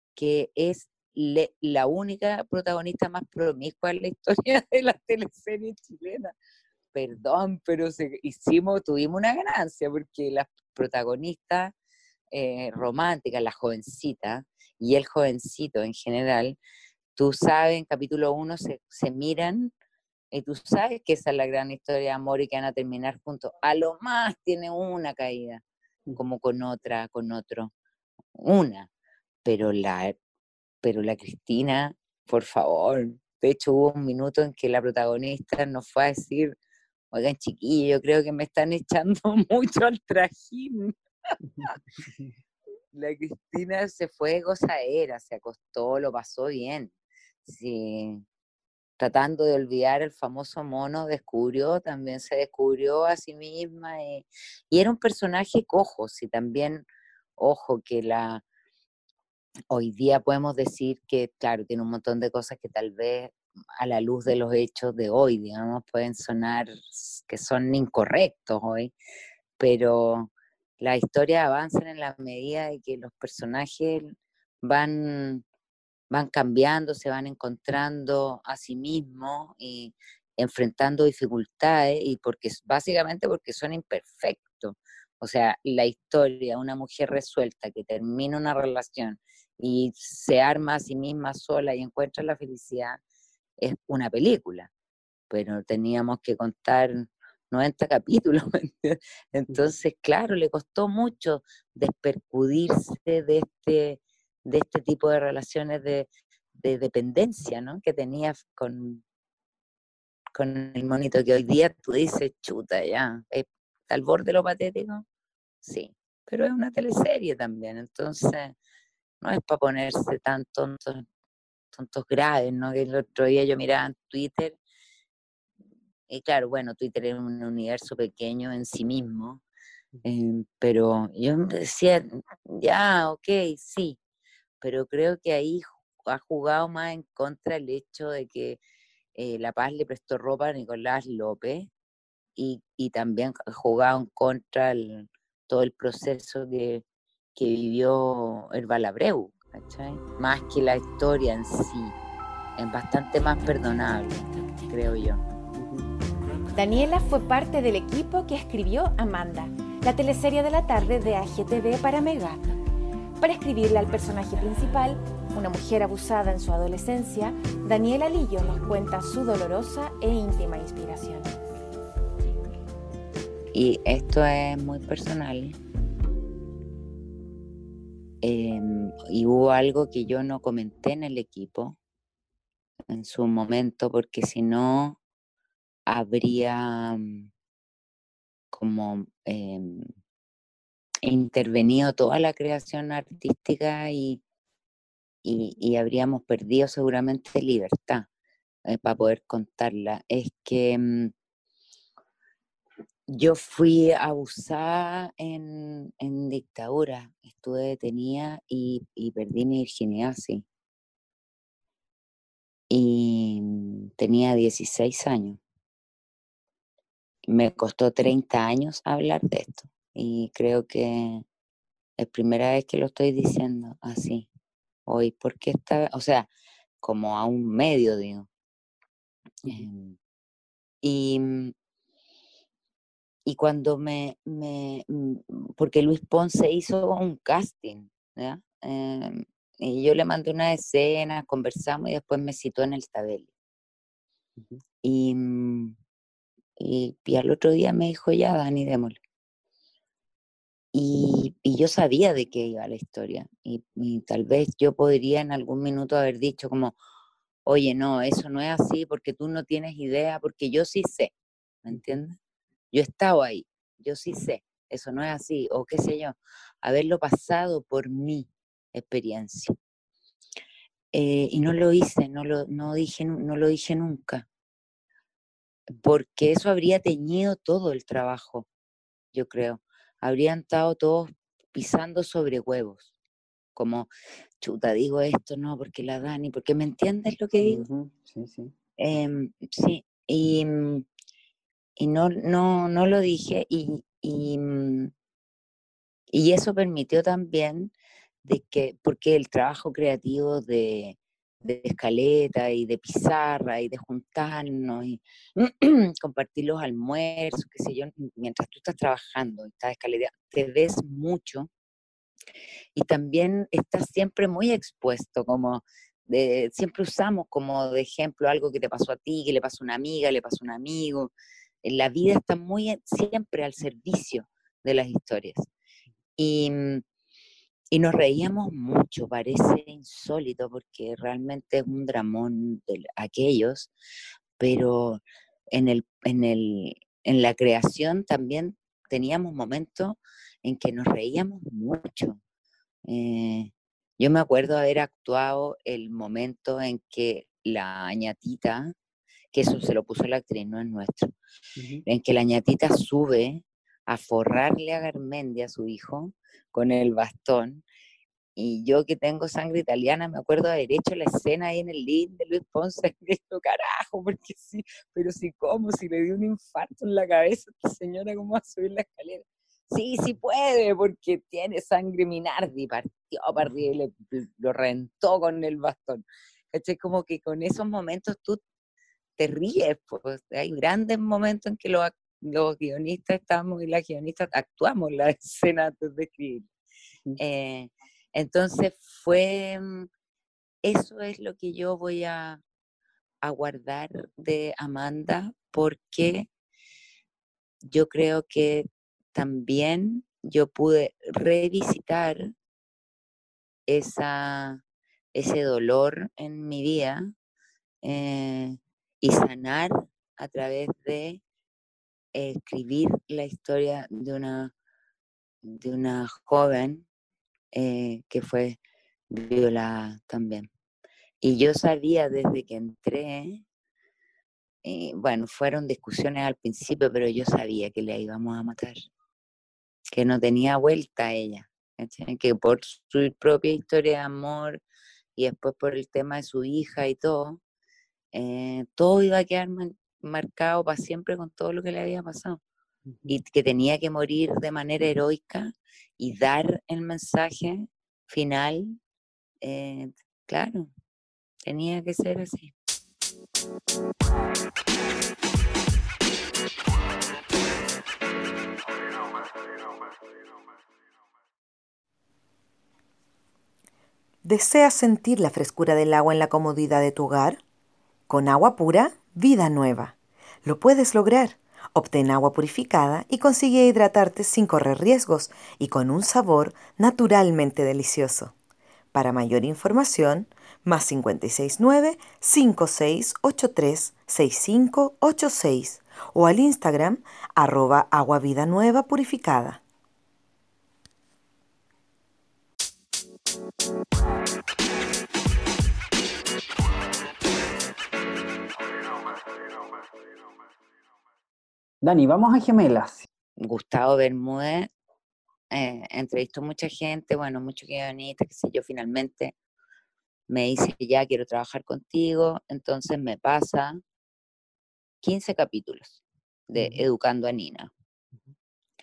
Speaker 2: que es le, la única protagonista más promiscua en la historia de la teleserie chilena. Perdón, pero se, hicimos, tuvimos una ganancia, porque las protagonistas eh, románticas, la jovencita y el jovencito en general, tú sabes, en capítulo uno se, se miran, y tú sabes que esa es la gran historia de amor y que van a terminar juntos. A lo más tiene una caída, como con otra, con otro, una. Pero la, pero la Cristina, por favor, de hecho hubo un minuto en que la protagonista nos fue a decir, oigan chiquillos, yo creo que me están echando mucho al trajín. La Cristina se fue gozadera, se acostó, lo pasó bien. Sí, tratando de olvidar el famoso mono, descubrió, también se descubrió a sí misma, y, y era un personaje cojo, sí, también, ojo, que la hoy día podemos decir que, claro, tiene un montón de cosas que tal vez a la luz de los hechos de hoy, digamos, pueden sonar que son incorrectos hoy, pero las historias avanzan en la medida de que los personajes van van cambiando, se van encontrando a sí mismos y enfrentando dificultades, y porque básicamente porque son imperfectos. O sea, la historia, una mujer resuelta que termina una relación y se arma a sí misma sola y encuentra la felicidad, es una película, pero teníamos que contar noventa capítulos. Entonces, claro, le costó mucho despercudirse de este, de este tipo de relaciones de, de dependencia, ¿no?, que tenía con, con el monito, que hoy día tú dices, chuta, ya, ¿está al borde de lo patético? Sí, pero es una teleserie también, entonces no es para ponerse tan tontos, tontos graves, ¿no? Que el otro día yo miraba en Twitter, y claro, bueno, Twitter es un universo pequeño en sí mismo, eh, pero yo me decía, ya, ok, sí, pero creo que ahí ha jugado más en contra el hecho de que eh, La Paz le prestó ropa a Nicolás López, y, y también ha jugado en contra el, todo el proceso que, que vivió Herbal Abreu, ¿cachai? Más que la historia en sí, es bastante más perdonable, creo yo.
Speaker 3: Daniela fue parte del equipo que escribió Amanda, la teleserie de la tarde de A G T V para Mega. Para escribirle al personaje principal, una mujer abusada en su adolescencia, Daniela Lillo nos cuenta su dolorosa e íntima inspiración.
Speaker 2: Y esto es muy personal. Eh, y hubo algo que yo no comenté en el equipo en su momento, porque si no habría como eh, intervenido toda la creación artística, y, y, y habríamos perdido seguramente libertad eh, para poder contarla. Es que um, yo fui abusada en, en dictadura, estuve detenida y, y perdí mi virginidad, sí. Y tenía dieciséis años. Me costó treinta años hablar de esto, y creo que es primera vez que lo estoy diciendo así hoy, porque esta, o sea, como a un medio, digo. Eh, y, y cuando me, me, porque Luis Ponce hizo un casting, ¿ya? Eh, y yo le mandé una escena, conversamos y después me citó en el Tabeli. Uh-huh. Y, y, y al otro día me dijo, ya, Dani, démosle. Y, y yo sabía de qué iba la historia, y, y tal vez yo podría en algún minuto haber dicho como, oye, no, eso no es así porque tú no tienes idea, porque yo sí sé, ¿me entiendes? Yo he estado ahí, yo sí sé, eso no es así, o qué sé yo, haberlo pasado por mi experiencia. Eh, y no lo hice, no lo, no, dije, no lo dije nunca, porque eso habría teñido todo el trabajo, yo creo. Habrían estado todos pisando sobre huevos, como, chuta, digo esto, no, porque la Dani, porque me entiendes lo que digo.
Speaker 4: Uh-huh. Sí, sí.
Speaker 2: Eh, sí, y, y no, no, no lo dije, y, y, y eso permitió también de que, porque el trabajo creativo de, de escaleta y de pizarra y de juntarnos y compartir los almuerzos, qué sé yo, mientras tú estás trabajando y estás escaleta, te ves mucho y también estás siempre muy expuesto, como de, siempre usamos como de ejemplo algo que te pasó a ti, que le pasó a una amiga, le pasó a un amigo. La vida está muy siempre al servicio de las historias. Y, y nos reíamos mucho, parece insólito, porque realmente es un dramón de aquellos, pero en, el, en, el, en la creación también teníamos momentos en que nos reíamos mucho. Eh, yo me acuerdo haber actuado el momento en que la ñatita, que eso se lo puso la actriz, no es nuestro, uh-huh. en que la ñatita sube a forrarle a Garmendia, a su hijo, con el bastón, y yo que tengo sangre italiana, me acuerdo de haber hecho la escena ahí en el living de Luis Ponce, y digo, carajo, porque sí, pero sí, ¿cómo? Si le dio un infarto en la cabeza a esta señora, ¿cómo va a subir la escalera? Sí, sí puede, porque tiene sangre Minardi, partió para arriba y le, lo reventó con el bastón. ¿Cachai? Como que con esos momentos tú te ríes, pues. Hay grandes momentos en que los, los guionistas estamos y las guionistas actuamos la escena antes de escribir. Eh, entonces fue, eso es lo que yo voy a, a guardar de Amanda, porque yo creo que también yo pude revisitar esa, ese dolor en mi vida eh, y sanar a través de eh, escribir la historia de una, de una joven eh, que fue violada también. Y yo sabía desde que entré, eh, bueno, fueron discusiones al principio, pero yo sabía que la íbamos a matar, que no tenía vuelta a ella, ¿sí? Que por su propia historia de amor y después por el tema de su hija y todo, eh, todo iba a quedar man- marcado para siempre con todo lo que le había pasado. Uh-huh. Y que tenía que morir de manera heroica y dar el mensaje final, eh, claro, tenía que ser así.
Speaker 1: ¿Deseas sentir la frescura del agua en la comodidad de tu hogar? Con agua pura, vida nueva. Lo puedes lograr. Obtén agua purificada y consigue hidratarte sin correr riesgos y con un sabor naturalmente delicioso. Para mayor información, más cinco seis nueve, cinco seis ocho tres, seis cinco ocho seis o al Instagram arroba agua vida nueva purificada.
Speaker 4: Dani, vamos a Gemelas.
Speaker 2: Gustavo Bermúdez eh, entrevistó mucha gente, bueno, muchos guionistas, qué sé yo, finalmente me dice que ya quiero trabajar contigo, entonces me pasa quince capítulos de uh-huh. Educando a Nina. Uh-huh.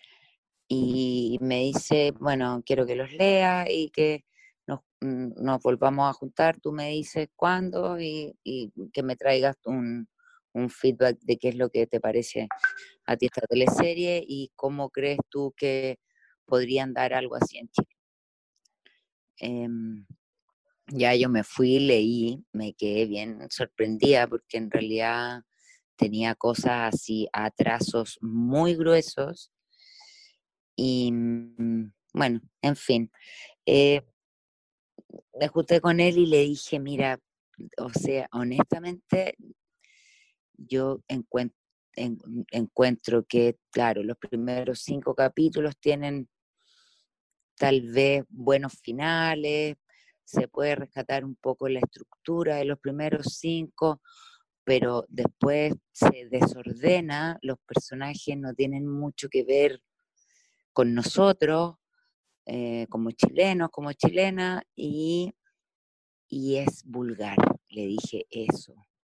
Speaker 2: Y me dice, bueno, quiero que los leas y que nos, nos volvamos a juntar, tú me dices cuándo y, y que me traigas un, un feedback de qué es lo que te parece a ti esta teleserie y cómo crees tú que podrían dar algo así en Chile. Eh, ya yo me fui, leí, me quedé bien sorprendida porque en realidad tenía cosas así, atrasos muy gruesos y bueno, en fin. Eh, me junté con él y le dije, mira, o sea, honestamente, yo encuentro, en, encuentro que, claro, los primeros cinco capítulos tienen tal vez buenos finales, se puede rescatar un poco la estructura de los primeros cinco, pero después se desordena, los personajes no tienen mucho que ver con nosotros, eh, como chilenos, como chilenas, y, y es vulgar, le dije eso.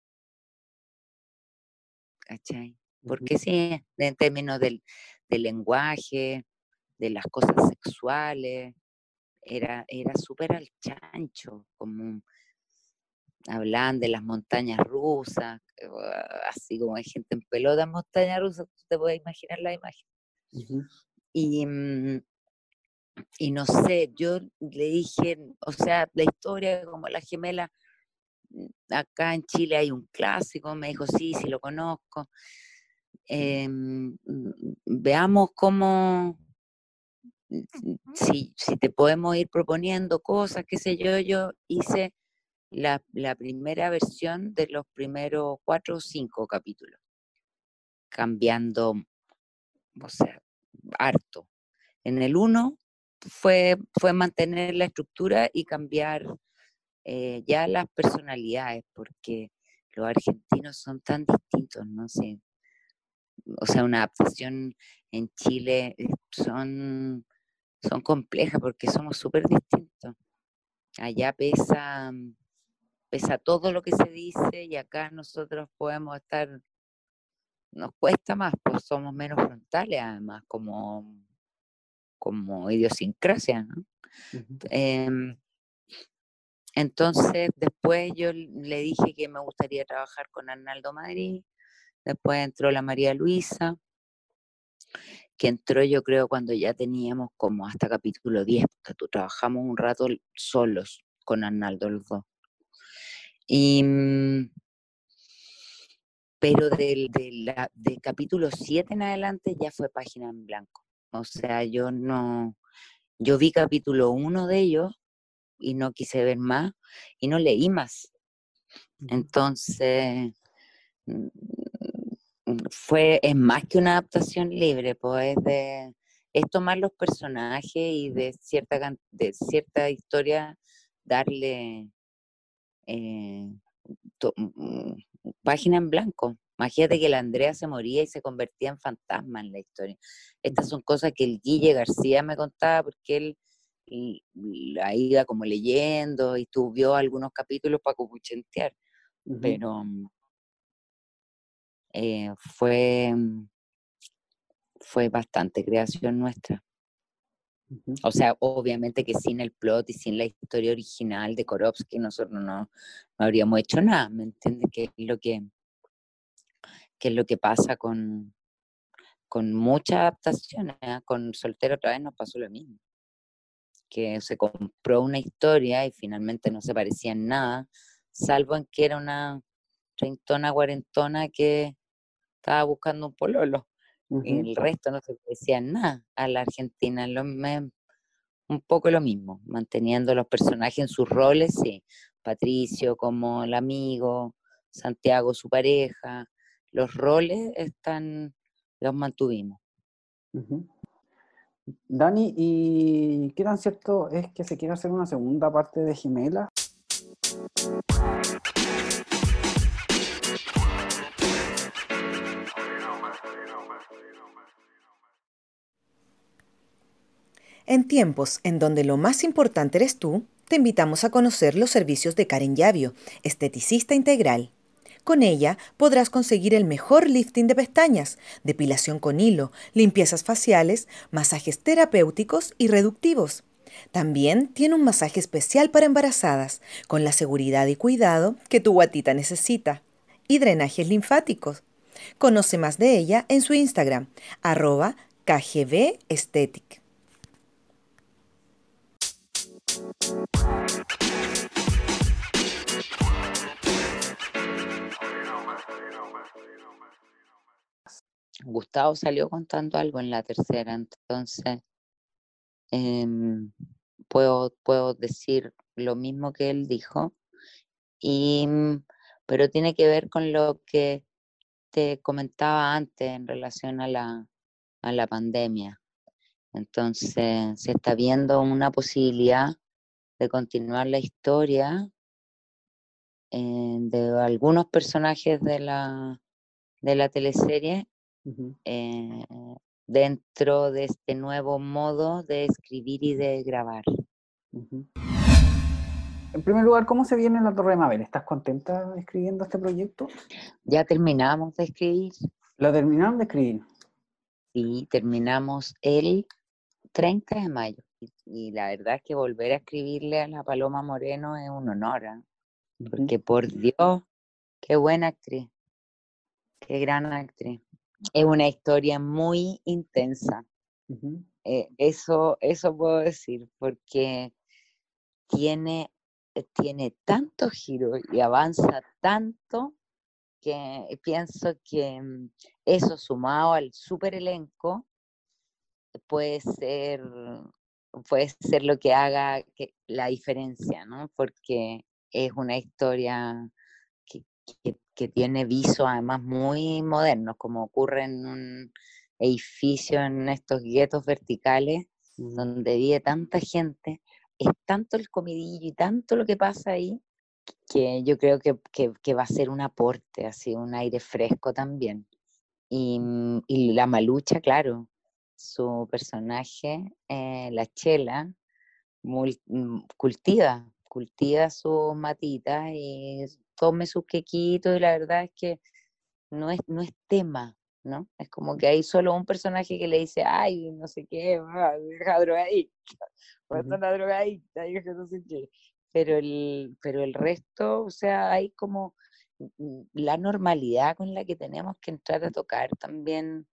Speaker 2: ¿Cachai? Porque sí, en términos del, del lenguaje, de las cosas sexuales, era, era súper al chancho, como hablaban de las montañas rusas, así como hay gente en pelota en montañas rusas, tú te puedes imaginar la imagen. Uh-huh. Y, y no sé, yo le dije, o sea, la historia como la gemela, acá en Chile hay un clásico, me dijo, sí, sí lo conozco. Eh, veamos cómo, si, si te podemos ir proponiendo cosas, qué sé yo, yo hice la, la primera versión de los primeros cuatro o cinco capítulos, cambiando, o sea, harto. En el uno fue, fue mantener la estructura y cambiar eh, ya las personalidades, porque los argentinos son tan distintos, no sé. O sea, una adaptación en Chile son, son complejas porque somos súper distintos. Allá pesa, pesa todo lo que se dice y acá nosotros podemos estar, nos cuesta más, pues somos menos frontales además, como, como idiosincrasia, ¿no? Uh-huh. Eh, entonces, después yo le dije que me gustaría trabajar con Arnaldo Madrid, después entró la María Luisa, que entró yo creo cuando ya teníamos como hasta capítulo diez, porque tú trabajamos un rato solos con Arnaldo los dos. Y, pero del, del, la, del capítulo siete en adelante ya fue página en blanco. O sea, yo no, yo vi capítulo uno de ellos y no quise ver más y no leí más. Entonces, fue, es más que una adaptación libre, pues es, de, es tomar los personajes y de cierta, de cierta historia darle eh, to, página en blanco. Imagínate que la Andrea se moría y se convertía en fantasma en la historia. Estas son cosas que el Guille García me contaba porque él y la iba como leyendo y tú vio algunos capítulos para cupuchentear, uh-huh. pero eh, fue fue bastante creación nuestra. Uh-huh. O sea, obviamente que sin el plot y sin la historia original de Korovsky nosotros no, no habríamos hecho nada, ¿me entiendes? Que es lo que, que, es lo que pasa con, con muchas adaptaciones, ¿eh? Con Soltero otra vez nos pasó lo mismo. Que se compró una historia y finalmente no se parecía en nada, salvo en que era una treintona, cuarentona que estaba buscando un pololo. Uh-huh. Y el resto no se parecía en nada a la Argentina. Lo, me, un poco lo mismo, manteniendo los personajes en sus roles, sí. Patricio como el amigo, Santiago su pareja, los roles están, los mantuvimos.
Speaker 4: Uh-huh. Dani, ¿y qué tan cierto es que se quiere hacer una segunda parte de Gemela?
Speaker 1: En tiempos en donde lo más importante eres tú, te invitamos a conocer los servicios de Karen Llavio, esteticista integral. Con ella podrás conseguir el mejor lifting de pestañas, depilación con hilo, limpiezas faciales, masajes terapéuticos y reductivos. También tiene un masaje especial para embarazadas, con la seguridad y cuidado que tu guatita necesita. Y drenajes linfáticos. Conoce más de ella en su Instagram, arroba K G B Aesthetic.
Speaker 2: Gustavo salió contando algo en la tercera, entonces eh, puedo, puedo decir lo mismo que él dijo, y, pero tiene que ver con lo que te comentaba antes en relación a la, a la pandemia. Entonces se está viendo una posibilidad de continuar la historia eh, de algunos personajes de la, de la teleserie. Uh-huh. eh, dentro de este nuevo modo de escribir y de grabar.
Speaker 4: Uh-huh. En primer lugar, ¿cómo se viene La Torre de Mabel? ¿Estás contenta escribiendo este proyecto?
Speaker 2: Ya terminamos de escribir.
Speaker 4: ¿Lo terminaron de escribir?
Speaker 2: Sí, terminamos el treinta de mayo. y la verdad es que volver a escribirle a la Paloma Moreno es un honor, ¿eh? Porque por Dios, qué buena actriz, qué gran actriz. Es una historia muy intensa. Uh-huh. Eh, eso, eso puedo decir, porque tiene, tiene tanto giro y avanza tanto que pienso que eso sumado al super elenco puede ser, puede ser lo que haga que, la diferencia, ¿no? Porque es una historia que, que, que tiene visos además muy modernos, como ocurre en un edificio, en estos guetos verticales, mm. donde vive tanta gente, es tanto el comidillo y tanto lo que pasa ahí, que yo creo que, que, que va a ser un aporte, así, un aire fresco también. Y, y la Malucha, claro, su personaje, eh, la Chela, muy, cultiva, cultiva sus matitas y come sus quequitos, y la verdad es que no es, no es tema, ¿no? Es como que hay solo un personaje que le dice, ay, no sé qué, deja drogadicta, cuando una drogadicta, y no sé qué. Pero el, pero el resto, o sea, hay como la normalidad con la que tenemos que entrar a tocar también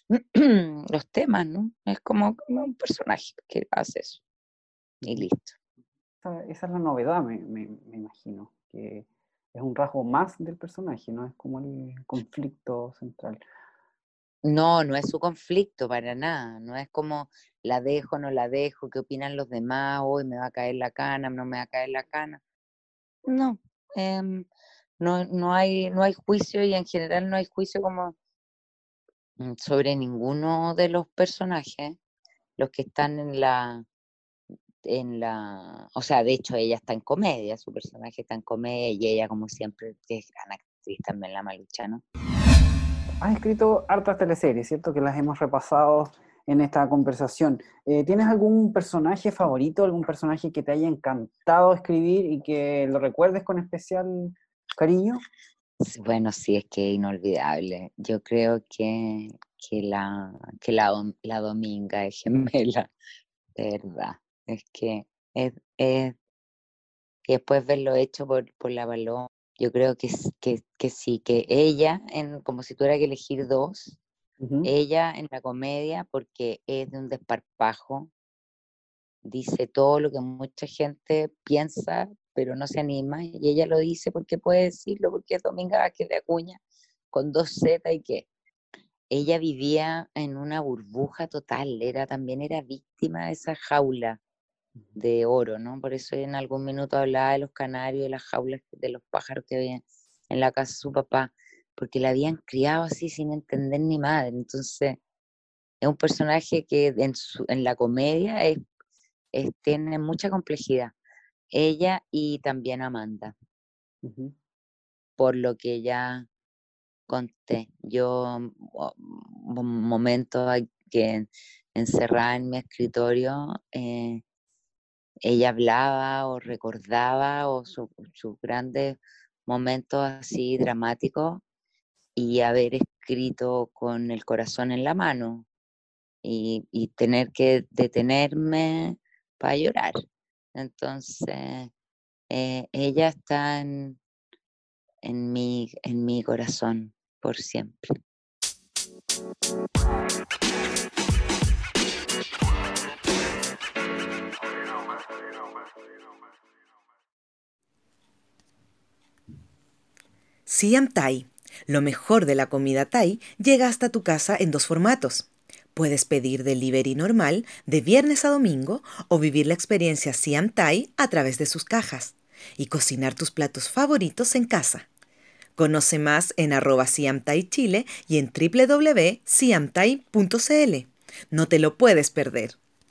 Speaker 2: los temas, ¿no? Es como, como un personaje que hace eso. Y listo.
Speaker 4: Esa, esa es la novedad, me, me, me imagino, que es un rasgo más del personaje, no es como el conflicto central.
Speaker 2: No, no es su conflicto para nada, no es como la dejo, no la dejo, qué opinan los demás, hoy me va a caer la cana, no me va a caer la cana. No, eh, no, no, hay, no hay juicio, y en general no hay juicio como sobre ninguno de los personajes, los que están en la, en la, o sea, de hecho ella está en comedia, su personaje está en comedia, y ella como siempre, que es gran actriz también, la Malucha, ¿no?
Speaker 4: Has escrito hartas teleseries, ¿cierto? Que las hemos repasado en esta conversación. Eh, ¿Tienes algún personaje favorito, algún personaje que te haya encantado escribir y que lo recuerdes con especial cariño?
Speaker 2: Bueno, sí, es que es inolvidable. Yo creo que, que, la, que la, la Dominga es gemela, de verdad. Es que es, es, y después verlo hecho por, por la Paloma, yo creo que, que, que sí, que ella, en, como si tuviera que elegir dos, uh-huh. Ella en la comedia, porque es de un desparpajo, dice todo lo que mucha gente piensa, pero no se anima, y ella lo dice porque puede decirlo, porque es Dominga Vázquez de Acuña, con dos Z, y que ella vivía en una burbuja total, era, también era víctima de esa jaula de oro, ¿no? Por eso en algún minuto hablaba de los canarios, de las jaulas, de los pájaros que había en la casa de su papá, porque la habían criado así sin entender ni madre. Entonces es un personaje que en, su, en la comedia es, es, tiene mucha complejidad. Ella y también Amanda, uh-huh. por lo que ya conté. Yo, un momento que encerrada en mi escritorio, eh, ella hablaba o recordaba o sus su grandes momentos así dramáticos, y haber escrito con el corazón en la mano y, y tener que detenerme para llorar. Entonces, eh, ella está en, en, mi, en mi corazón por siempre.
Speaker 1: Siam Thai, lo mejor de la comida Thai, llega hasta tu casa en dos formatos. Puedes pedir delivery normal de viernes a domingo o vivir la experiencia Siam Thai a través de sus cajas y cocinar tus platos favoritos en casa. Conoce más en arroba Siam Thai Chile y en doble u doble u doble u punto siam thai punto c l. No te lo puedes perder.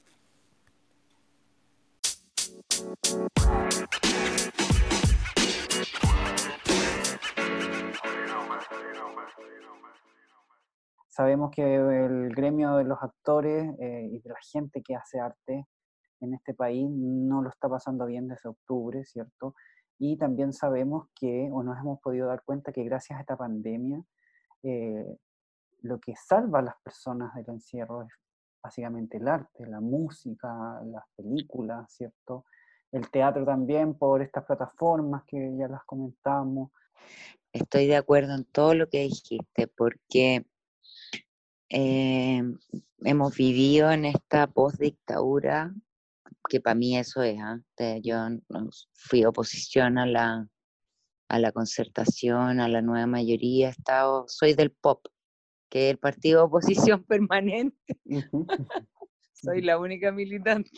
Speaker 4: Sabemos que el gremio de los actores eh, y de la gente que hace arte en este país no lo está pasando bien desde octubre, ¿cierto? Y también sabemos que, o nos hemos podido dar cuenta que gracias a esta pandemia, eh, lo que salva a las personas del encierro es básicamente el arte, la música, las películas, ¿cierto? El teatro también por estas plataformas que ya las comentamos.
Speaker 2: Estoy de acuerdo en todo lo que dijiste, porque eh, hemos vivido en esta postdictadura, que para mí eso es, ¿eh? Yo no, fui oposición a la, a la concertación, a la nueva mayoría, he estado, soy del P O P, que es el partido de oposición permanente. Uh-huh. Soy la única militante.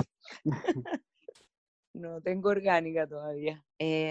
Speaker 2: No tengo orgánica todavía. Eh,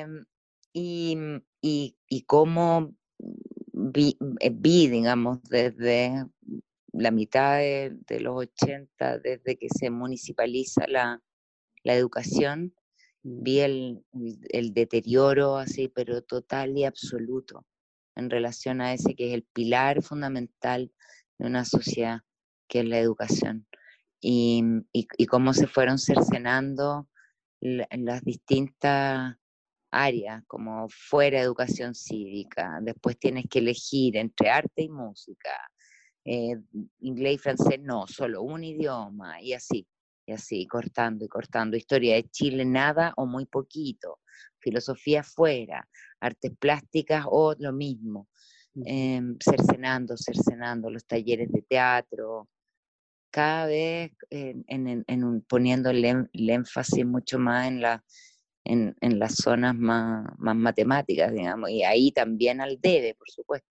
Speaker 2: y, y, y cómo vi, vi, digamos, desde la mitad de, de los ochenta, desde que se municipaliza la, la educación, vi el, el deterioro así, pero total y absoluto, en relación a ese que es el pilar fundamental de una sociedad, que es la educación. Y, y, y cómo se fueron cercenando la, las distintas áreas, como fuera educación cívica, después tienes que elegir entre arte y música, eh, inglés y francés no, solo un idioma, y así, y así, cortando y cortando, historia de Chile nada o muy poquito, filosofía fuera, artes plásticas o lo mismo, eh, cercenando, cercenando los talleres de teatro, cada vez en, en, en un, poniendo el, el énfasis mucho más en la En, en las zonas más, más matemáticas, digamos, y ahí también al debe, por supuesto.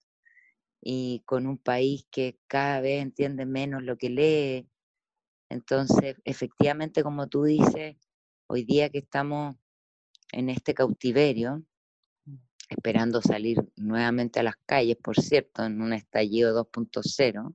Speaker 2: Y con un país que cada vez entiende menos lo que lee. Entonces, efectivamente, como tú dices, hoy día que estamos en este cautiverio, esperando salir nuevamente a las calles, por cierto, en un estallido dos punto cero,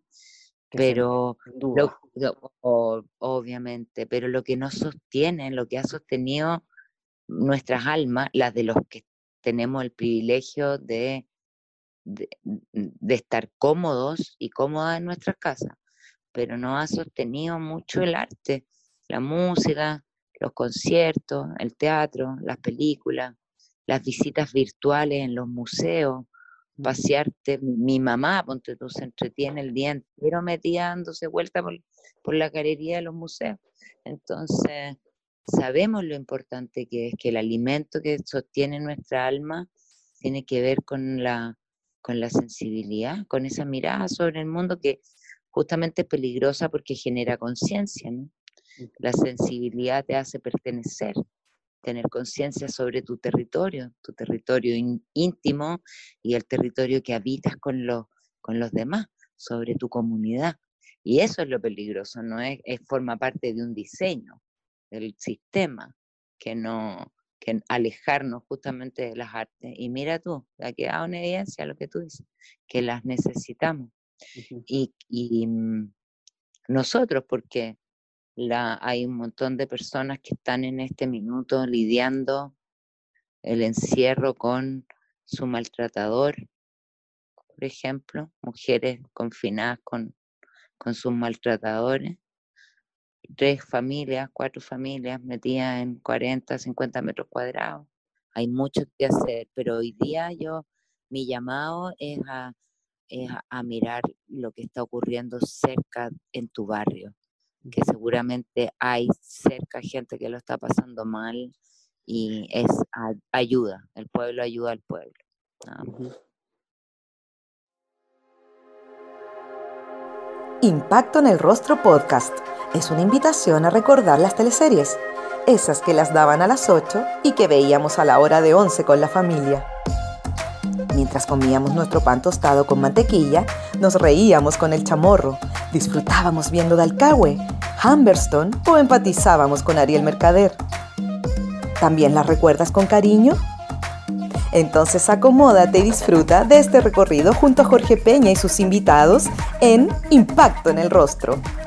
Speaker 2: pero lo, lo, o, obviamente, pero lo que nos sostiene, lo que ha sostenido nuestras almas, las de los que tenemos el privilegio de, de, de estar cómodos y cómodas en nuestras casas, pero no ha sostenido mucho el arte, la música, los conciertos, el teatro, las películas, las visitas virtuales en los museos, pasearte. Mi mamá, ponte tú, se entretiene el día entero metida dándose vuelta por, por la galería de los museos. Entonces, sabemos lo importante que es, que el alimento que sostiene nuestra alma tiene que ver con la, con la sensibilidad, con esa mirada sobre el mundo que justamente es peligrosa porque genera conciencia, ¿no? La sensibilidad te hace pertenecer, tener conciencia sobre tu territorio, tu territorio in, íntimo y el territorio que habitas con los, con los demás, sobre tu comunidad. Y eso es lo peligroso, ¿no? Es, es forma parte de un diseño del sistema, que no, que alejarnos justamente de las artes. Y mira tú, ha quedado en evidencia lo que tú dices, que las necesitamos. Uh-huh. Y, y nosotros, porque la, hay un montón de personas que están en este minuto lidiando el encierro con su maltratador, por ejemplo, mujeres confinadas con, con sus maltratadores, tres familias, cuatro familias metidas en cuarenta, cincuenta metros cuadrados. Hay mucho que hacer, pero hoy día yo, mi llamado es a, es a mirar lo que está ocurriendo cerca en tu barrio, que seguramente hay cerca gente que lo está pasando mal y es a, ayuda, el pueblo ayuda al pueblo. ¿No?
Speaker 1: Impacto en el Rostro Podcast es una invitación a recordar las teleseries, esas que las daban a las ocho y que veíamos a la hora de once con la familia. Mientras comíamos nuestro pan tostado con mantequilla, nos reíamos con el chamorro, disfrutábamos viendo Dalcahue, Humberstone o empatizábamos con Ariel Mercader. ¿También las recuerdas con cariño? Entonces acomódate y disfruta de este recorrido junto a Jorge Peña y sus invitados en Impacto en el Rostro.